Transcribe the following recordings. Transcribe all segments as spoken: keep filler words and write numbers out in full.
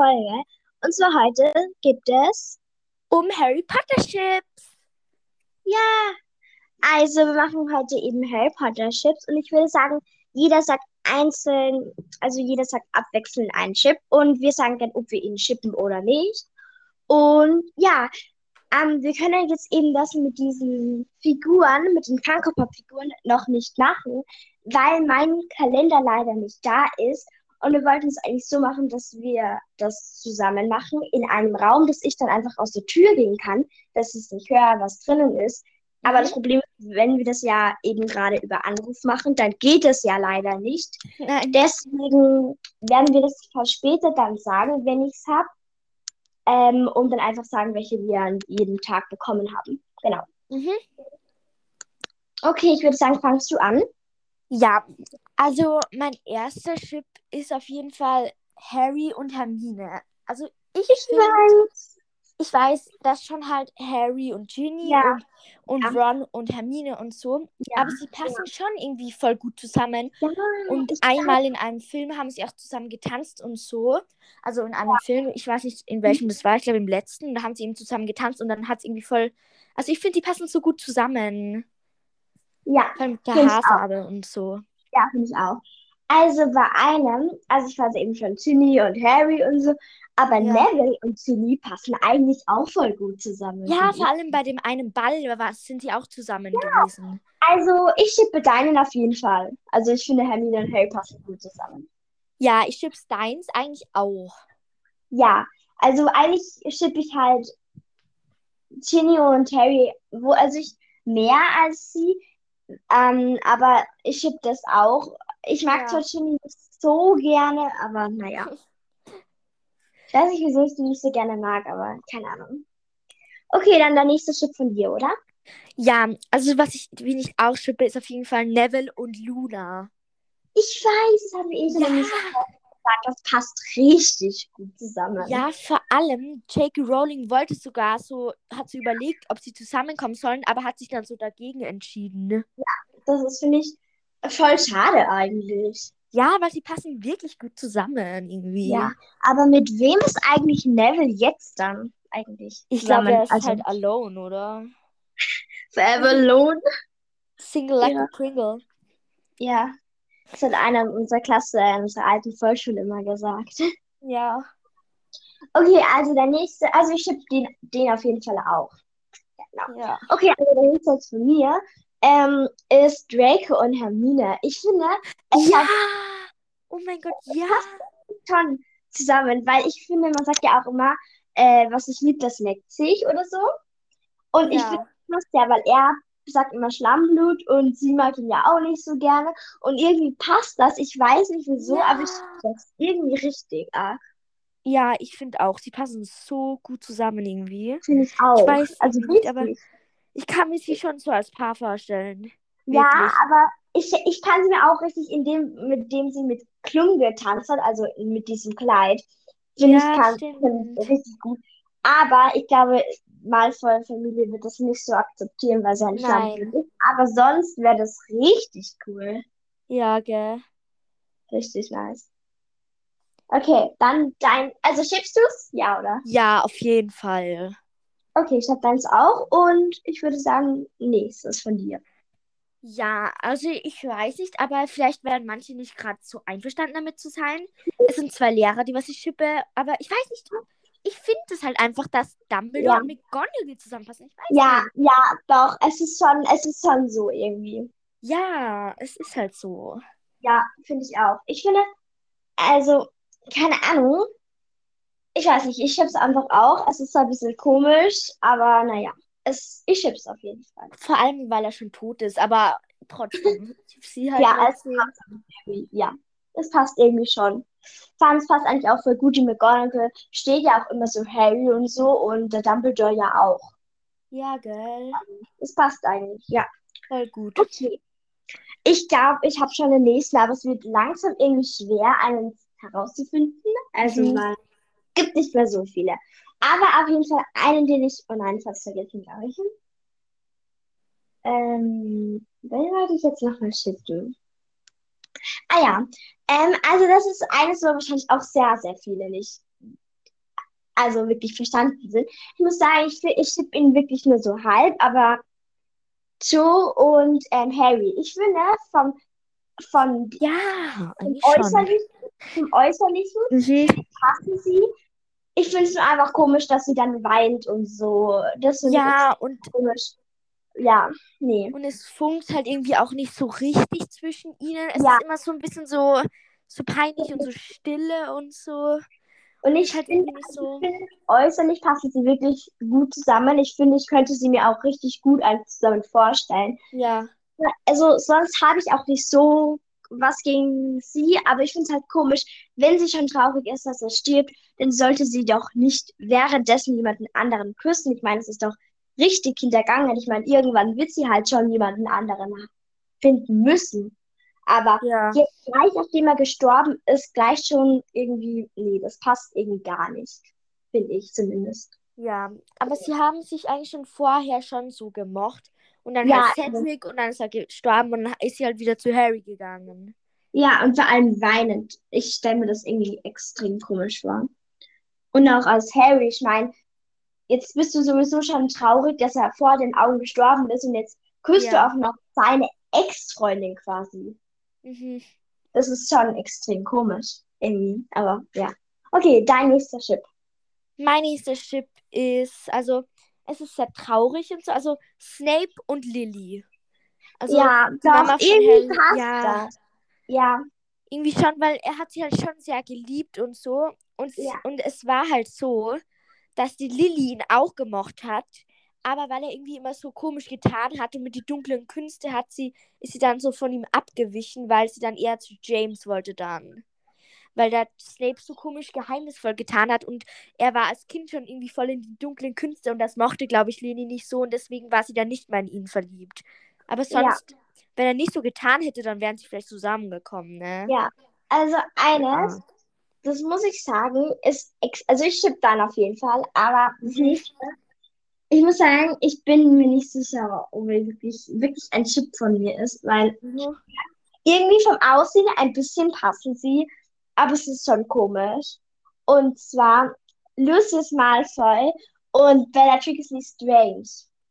Folge. Und zwar heute gibt es, Um Harry Potter Chips. ja, also wir machen heute eben Harry Potter Chips und ich würde sagen, jeder sagt einzeln, also jeder sagt abwechselnd einen Chip und wir sagen dann, ob wir ihn chippen oder nicht. Und ja, ähm, wir können jetzt eben das mit diesen Figuren, mit den Funko Pop Figuren noch nicht machen, weil mein Kalender leider nicht da ist. Und wir wollten es eigentlich so machen, dass wir das zusammen machen in einem Raum, dass ich dann einfach aus der Tür gehen kann, dass ich nicht höre, was drinnen ist. Aber das Mhm. Problem ist, wenn wir das ja eben gerade über Anruf machen, dann geht es ja leider nicht. Nein. Deswegen werden wir das verspätet dann sagen, wenn ich es habe, ähm, und dann einfach sagen, welche wir an jedem Tag bekommen haben. Genau. Mhm. Okay, ich würde sagen, fangst du an? Ja, also mein erster Chip ist auf jeden Fall Harry und Hermine. Also ich Ich finde, weiß. ich weiß, dass schon halt Harry und Ginny Ja, und, und ja, Ron und Hermine und so, ja, aber sie passen schon irgendwie voll gut zusammen. ja, Und ich einmal in einem Film haben sie auch zusammen getanzt und so. Also in einem Film, ich weiß nicht, in welchem das war, ich glaube im letzten, da haben sie eben zusammen getanzt und dann hat es irgendwie voll. Also ich finde, die passen so gut zusammen. ja, Vor allem mit der finde ich auch. Haarfarbe und so. Ja, finde ich auch. Also bei einem, also ich weiß eben schon Ginny und Harry und so, aber Ja. Neville und Ginny passen eigentlich auch voll gut zusammen, Ja, finde vor ich. allem bei dem einen Ball da war, sind die auch zusammen gewesen. Also ich schippe deinen auf jeden Fall. Also ich finde Hermine und Harry passen gut zusammen. Ja, ich chips deins eigentlich auch. Ja, also eigentlich schippe ich halt Ginny und Harry, wo, also ich mehr als sie, ähm, aber ich schipp das auch. Ich mag zwar Ja. Ginny nicht so gerne, aber naja. Ich weiß nicht, wieso ich sie nicht so gerne mag, aber keine Ahnung. Okay, dann der nächste Chip von dir, oder? Ja, also was ich, wen ich auch chippe, ist auf jeden Fall Neville und Luna. Ich weiß, das haben wir eh schon Ja, im nächsten Podcast gesagt, das passt richtig gut zusammen. ja, vor allem J K. Rowling wollte sogar so, hat sie überlegt, ob sie zusammenkommen sollen, aber hat sich dann so dagegen entschieden. Das ist, finde ich, voll schade eigentlich. Ja, weil sie passen wirklich gut zusammen Ja, irgendwie. aber mit wem ist eigentlich Neville jetzt dann eigentlich Ich glaube, zusammen? er ist Also halt alone, oder? Forever Alone? Single like a Ja. Pringle. Ja, das hat einer in unserer Klasse, in unserer alten Volksschule immer gesagt. Ja. Okay, also der nächste, also ich schieb den, den auf jeden Fall auch. Genau. Ja. Okay, also der nächste jetzt von mir ähm, ist Draco und Hermine. Ich finde, es Ja! passt, Oh mein Gott, ja! passt schon zusammen, weil ich finde, man sagt ja auch immer, äh, was sich liebt, das neckt sich oder so. Und ich finde, Ja. das passt ja, weil er sagt immer Schlammblut und sie mag ihn ja auch nicht so gerne. Und irgendwie passt das. Ich weiß nicht wieso, Ja! aber ich finde das irgendwie richtig. Ah, Ja, ich finde auch, sie passen so gut zusammen irgendwie. finde ich Ich auch. weiß Also irgendwie nicht, aber richtig. ich kann mir sie schon so als Paar vorstellen. Ja, Wirklich. aber ich, ich kann sie mir auch richtig in dem, mit dem sie mit Klum getanzt hat, also mit diesem Kleid, finde ich, Ja, kann, finde stimmt. ich richtig gut. Aber ich glaube, Malfoy-Familie wird das nicht so akzeptieren, weil sie ein Schlammblut Nein. ist. Aber sonst wäre das richtig cool. Ja, gell. Richtig nice. Okay, dann dein, also schiebst du's? Ja, oder? Ja, auf jeden Fall. Okay, ich hab deins auch und ich würde sagen, nächstes von dir. Ja, also ich weiß nicht, aber vielleicht werden manche nicht gerade so einverstanden damit zu sein. Es sind zwei Lehrer, die was ich schippe, aber ich weiß nicht. Ich finde es halt einfach, dass Dumbledore Ja, und McGonagall zusammenpassen. Ich weiß ja, nicht. ja, doch, es ist schon, es ist schon so irgendwie. Ja, es ist halt so. Ja, finde ich auch. Ich finde, also, keine Ahnung, ich weiß nicht, ich schieb's einfach auch. Es ist zwar ein bisschen komisch, aber naja, es, ich schieb's auf jeden Fall. Vor allem, weil er schon tot ist, aber trotzdem. Ich sie halt Ja, es trotzdem. passt irgendwie, ja, es passt irgendwie schon. Vor allem, es passt eigentlich auch für gut, die McGonagall steht ja auch immer so Harry und so und der Dumbledore ja auch. Ja, gell. Es passt eigentlich, ja. Voll gut. Okay. Ich glaube, ich habe schon den nächsten, aber es wird langsam irgendwie schwer, einen herauszufinden. Also, Mhm. weil es gibt nicht mehr so viele. Aber auf jeden Fall einen, den ich, oh nein, fast vergessen, glaube ich. Ähm, wen wollte ich jetzt nochmal schicken? Ah ja, ähm, also das ist eines, wo wahrscheinlich auch sehr, sehr viele nicht. also wirklich verstanden sind. Ich muss sagen, ich, fi- ich ship ihn wirklich nur so halb, aber Joe und ähm, Harry, ich finde, vom, vom, Ja, vom eigentlich schon. Äußerlichen, vom Äußerlichen Mhm. passen sie. Ich finde es nur einfach komisch, dass sie dann weint und so. Das finde ich Ja, extrem und, komisch. Ja, nee. und es funkt halt irgendwie auch nicht so richtig zwischen ihnen. Es Ja, ist immer so ein bisschen so, so peinlich und so Stille und so. und Und es ist ich halt finde, irgendwie nicht also ich so. finde, äußerlich passen sie wirklich gut zusammen. Ich finde, ich könnte sie mir auch richtig gut als zusammen vorstellen. Ja, Ja, also sonst habe ich auch nicht so was gegen sie, aber ich finde es halt komisch, wenn sie schon traurig ist, dass er stirbt, dann sollte sie doch nicht währenddessen jemanden anderen küssen. Ich meine, es ist doch richtig hintergangen. Ich meine, irgendwann wird sie halt schon jemanden anderen finden müssen. Aber ja, jetzt gleich, nachdem er gestorben ist, gleich schon irgendwie, nee, das passt irgendwie gar nicht. Finde ich zumindest. ja. Aber sie haben sich eigentlich schon vorher schon so gemocht. Und dann halt Ja, Cedric und dann ist er gestorben und dann ist sie halt wieder zu Harry gegangen. ja, und vor allem weinend. Ich stelle mir das irgendwie extrem komisch vor. Und auch als Harry, ich meine, jetzt bist du sowieso schon traurig, dass er vor den Augen gestorben ist und jetzt küsst du Ja. auch noch seine Ex-Freundin quasi. Mhm. Das ist schon extrem komisch, irgendwie. Aber ja. Okay, dein nächster Chip. Mein nächster Chip ist, also, es ist sehr traurig und so. Also, Snape und Lily. Also, Ja, die doch, Mama von irgendwie Harry, passt ja, das. Ja, irgendwie schon, weil er hat sie halt schon sehr geliebt und so. Und, ja, und es war halt so, dass die Lily ihn auch gemocht hat. Aber weil er irgendwie immer so komisch getan hat und mit die dunklen Künste hat sie, ist sie dann so von ihm abgewichen, weil sie dann eher zu James wollte dann. Weil der Snape so komisch geheimnisvoll getan hat und er war als Kind schon irgendwie voll in die dunklen Künste und das mochte, glaube ich, Leni nicht so und deswegen war sie dann nicht mehr in ihn verliebt. Aber ja, sonst, wenn er nicht so getan hätte, dann wären sie vielleicht zusammengekommen, ne? ja. Also eines, Ja. das muss ich sagen, ist, ex also ich chip dann auf jeden Fall, aber das Mhm. nächste, ich muss sagen, ich bin mir nicht sicher, ob er wirklich, wirklich ein Chip von mir ist, weil Mhm. irgendwie vom Aussehen ein bisschen passen sie, aber es ist schon komisch. Und zwar Lucius Malfoy und Bellatrix Lestrange.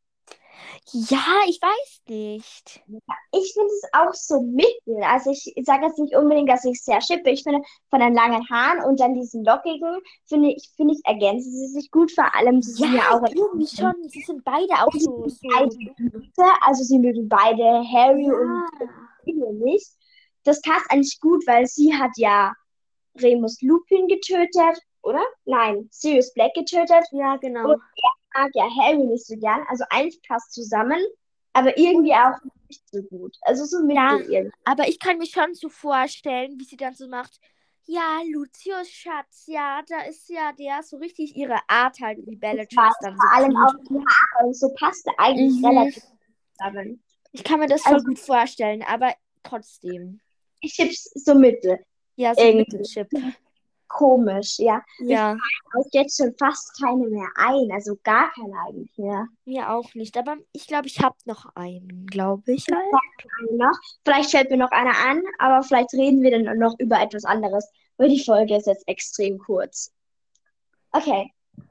Ja, ich weiß nicht. Ich finde es auch so mittel. Also ich sage jetzt nicht unbedingt, dass ich es sehr schippe. Ich finde, von den langen Haaren und dann diesen lockigen, finde ich, finde ich, ergänzen sie sich gut. Vor allem, sie Ja, sind ja auch irgendwie schon. Sie sind beide auch so, beide so dunkel. Gute. Also sie mögen beide Harry und Ja. Lily nicht. Das passt eigentlich gut, weil sie hat ja Remus Lupin getötet, oder? Nein, Sirius Black getötet. Ja, Und genau. er mag ja Harry nicht so gern. Also eigentlich passt zusammen, aber irgendwie Und auch nicht so gut. Also so mittel ja, irgendwie. aber ich kann mir schon so vorstellen, wie sie dann so macht. Ja, Lucius Schatz, ja, da ist ja der so richtig ihre Art halt, wie Weil Bellatrix dann so vor allem tut. auch die Haare und so passte eigentlich Mhm. relativ zusammen. Ich kann mir das voll Also gut vorstellen, aber trotzdem. ich chips so mittel. Ja, so Irgendwie. Mittelchip. Komisch, ja. Mir Ja, fallen auch jetzt schon fast keine mehr ein. Also gar keine eigentlich mehr. mir auch nicht. Aber ich glaube, ich habe noch einen, glaube ich halt. Eine noch. Vielleicht fällt mir noch einer an, aber vielleicht reden wir dann noch über etwas anderes, weil die Folge ist jetzt extrem kurz. Okay.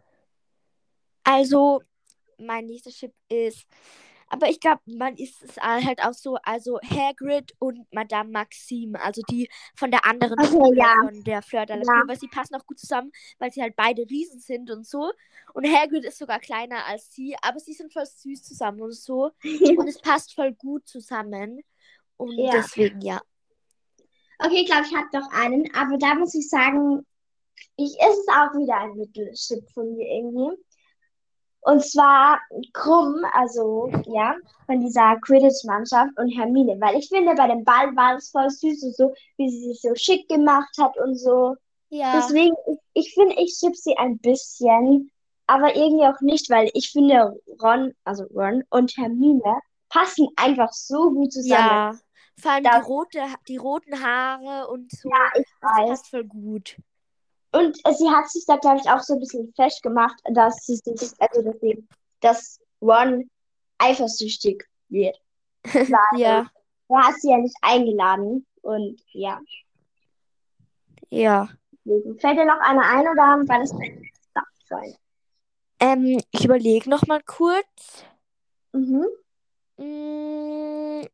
Also, mein nächster Chip ist. Aber ich glaube, man ist es halt auch so, also Hagrid und Madame Maxime, also die von der anderen Okay, Schule, ja. von der Fleur de la Ja. Cour, weil sie passen auch gut zusammen, weil sie halt beide Riesen sind und so. Und Hagrid ist sogar kleiner als sie, aber sie sind voll süß zusammen und so. Und es passt voll gut zusammen. Und Ja. deswegen, ja. Okay, ich glaube, ich habe noch einen, aber da muss ich sagen, ich ist es auch wieder ein Mittelchip von mir irgendwie. Und zwar Krumm, also ja, von dieser Quidditch-Mannschaft und Hermine, weil ich finde, bei dem Ball war es voll süß und so, wie sie sich so schick gemacht hat und so. Ja, Deswegen, ich, ich finde, ich schipp sie ein bisschen, aber irgendwie auch nicht, weil ich finde, Ron, also Ron und Hermine passen einfach so gut zusammen, ja. Vor allem die dass rote, die roten Haare und so, ich das weiß. passt voll gut. Und äh, sie hat sich da, glaube ich, auch so ein bisschen fest gemacht, dass sie sich, also deswegen, dass Ron eifersüchtig wird. Weil Ja, er hat sie ja nicht eingeladen. Und ja, ja. deswegen. Fällt dir noch einer ein oder war das dein letzter? wollen. Ähm, ich überlege noch mal kurz. Mhm. Mm,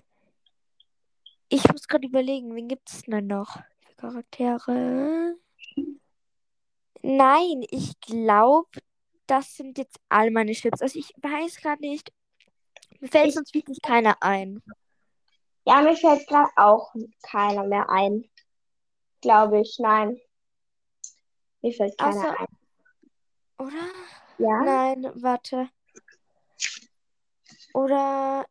Ich muss gerade überlegen, wen gibt es denn noch für Charaktere? Nein, ich glaube, das sind jetzt all meine Chips. Also ich weiß gerade nicht. Mir fällt Ich, sonst wirklich keiner ein. ja, mir fällt gerade auch keiner mehr ein. Glaube ich. Nein, mir fällt keiner Außer, ein. oder? Ja? Nein, warte. Oder.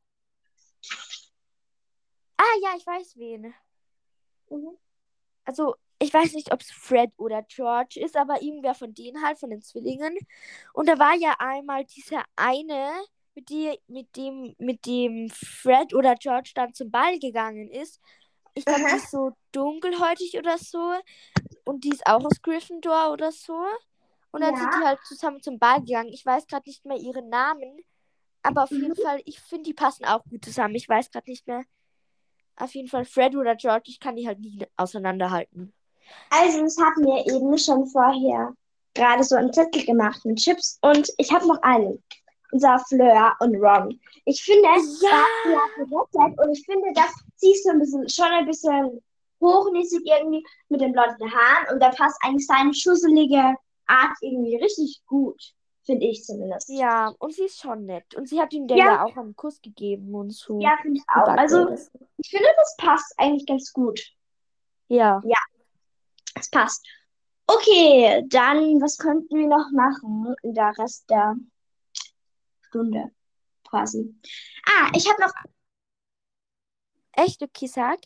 Ah ja, ich weiß wen. Mhm. Also, ich weiß nicht, ob es Fred oder George ist, aber irgendwer von denen halt, von den Zwillingen. Und da war ja einmal dieser eine, mit, die, mit, dem, mit dem Fred oder George dann zum Ball gegangen ist. Ich glaube, die Aha. ist so dunkelhäutig oder so. Und die ist auch aus Gryffindor oder so. Und dann sind Ja. die halt zusammen zum Ball gegangen. Ich weiß gerade nicht mehr ihren Namen. Aber auf jeden Mhm. Fall, ich finde, die passen auch gut zusammen. Ich weiß gerade nicht mehr. Auf jeden Fall Fred oder George. Ich kann die halt nie auseinanderhalten. Also, das hatten wir eben schon vorher gerade so einen Zettel gemacht mit Chips und ich habe noch einen. Unser Fleur und Ron. Ich finde, Ja, er hat sie ja gerettet und ich finde, das siehst du ein bisschen, schon ein bisschen hochnäsig irgendwie mit den blonden Haaren und da passt eigentlich seine schusselige Art irgendwie richtig gut, finde ich zumindest. ja, und sie ist schon nett. Und sie hat ihm dann Ja, ja auch einen Kuss gegeben und so. ja, finde ich Die auch. Backe Also, oder so. ich finde, das passt eigentlich ganz gut. Ja. Ja, es passt. Okay, dann, was könnten wir noch machen in der Rest der Stunde quasi? Ah, ich habe noch, Echt, okay, sag.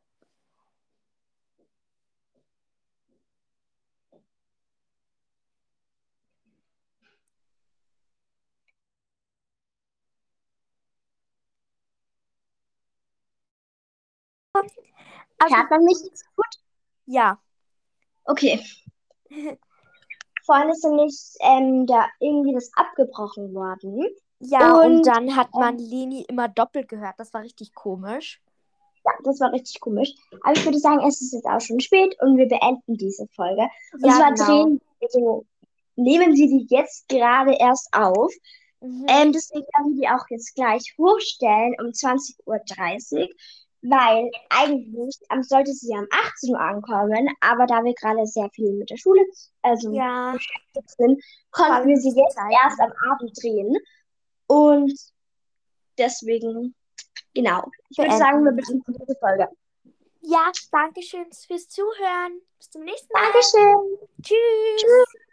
Also, hört man mich? ja. Okay. Vorhin ist nämlich ähm, da irgendwie das abgebrochen worden. Ja, und Und dann hat man ähm, Leni immer doppelt gehört. Das war richtig komisch. ja, das war richtig komisch. Aber ich würde sagen, es ist jetzt auch schon spät und wir beenden diese Folge. Und Ja, zwar genau. drehen, also nehmen Sie die jetzt gerade erst auf. Mhm. Ähm, deswegen werden wir die auch jetzt gleich hochstellen um zwanzig Uhr dreißig, weil eigentlich ähm, sollte sie ja um achtzehn Uhr ankommen, aber da wir gerade sehr viel mit der Schule, also Ja, beschäftigt sind, vor konnten allem wir mit sie diesen jetzt erst Zeiten. am Abend drehen und deswegen, genau. Ich würde sagen, Beenden wir wir die. beenden diese Folge. Ja, danke schön fürs Zuhören. Bis zum nächsten Mal. Dankeschön. Tschüss. Tschüss.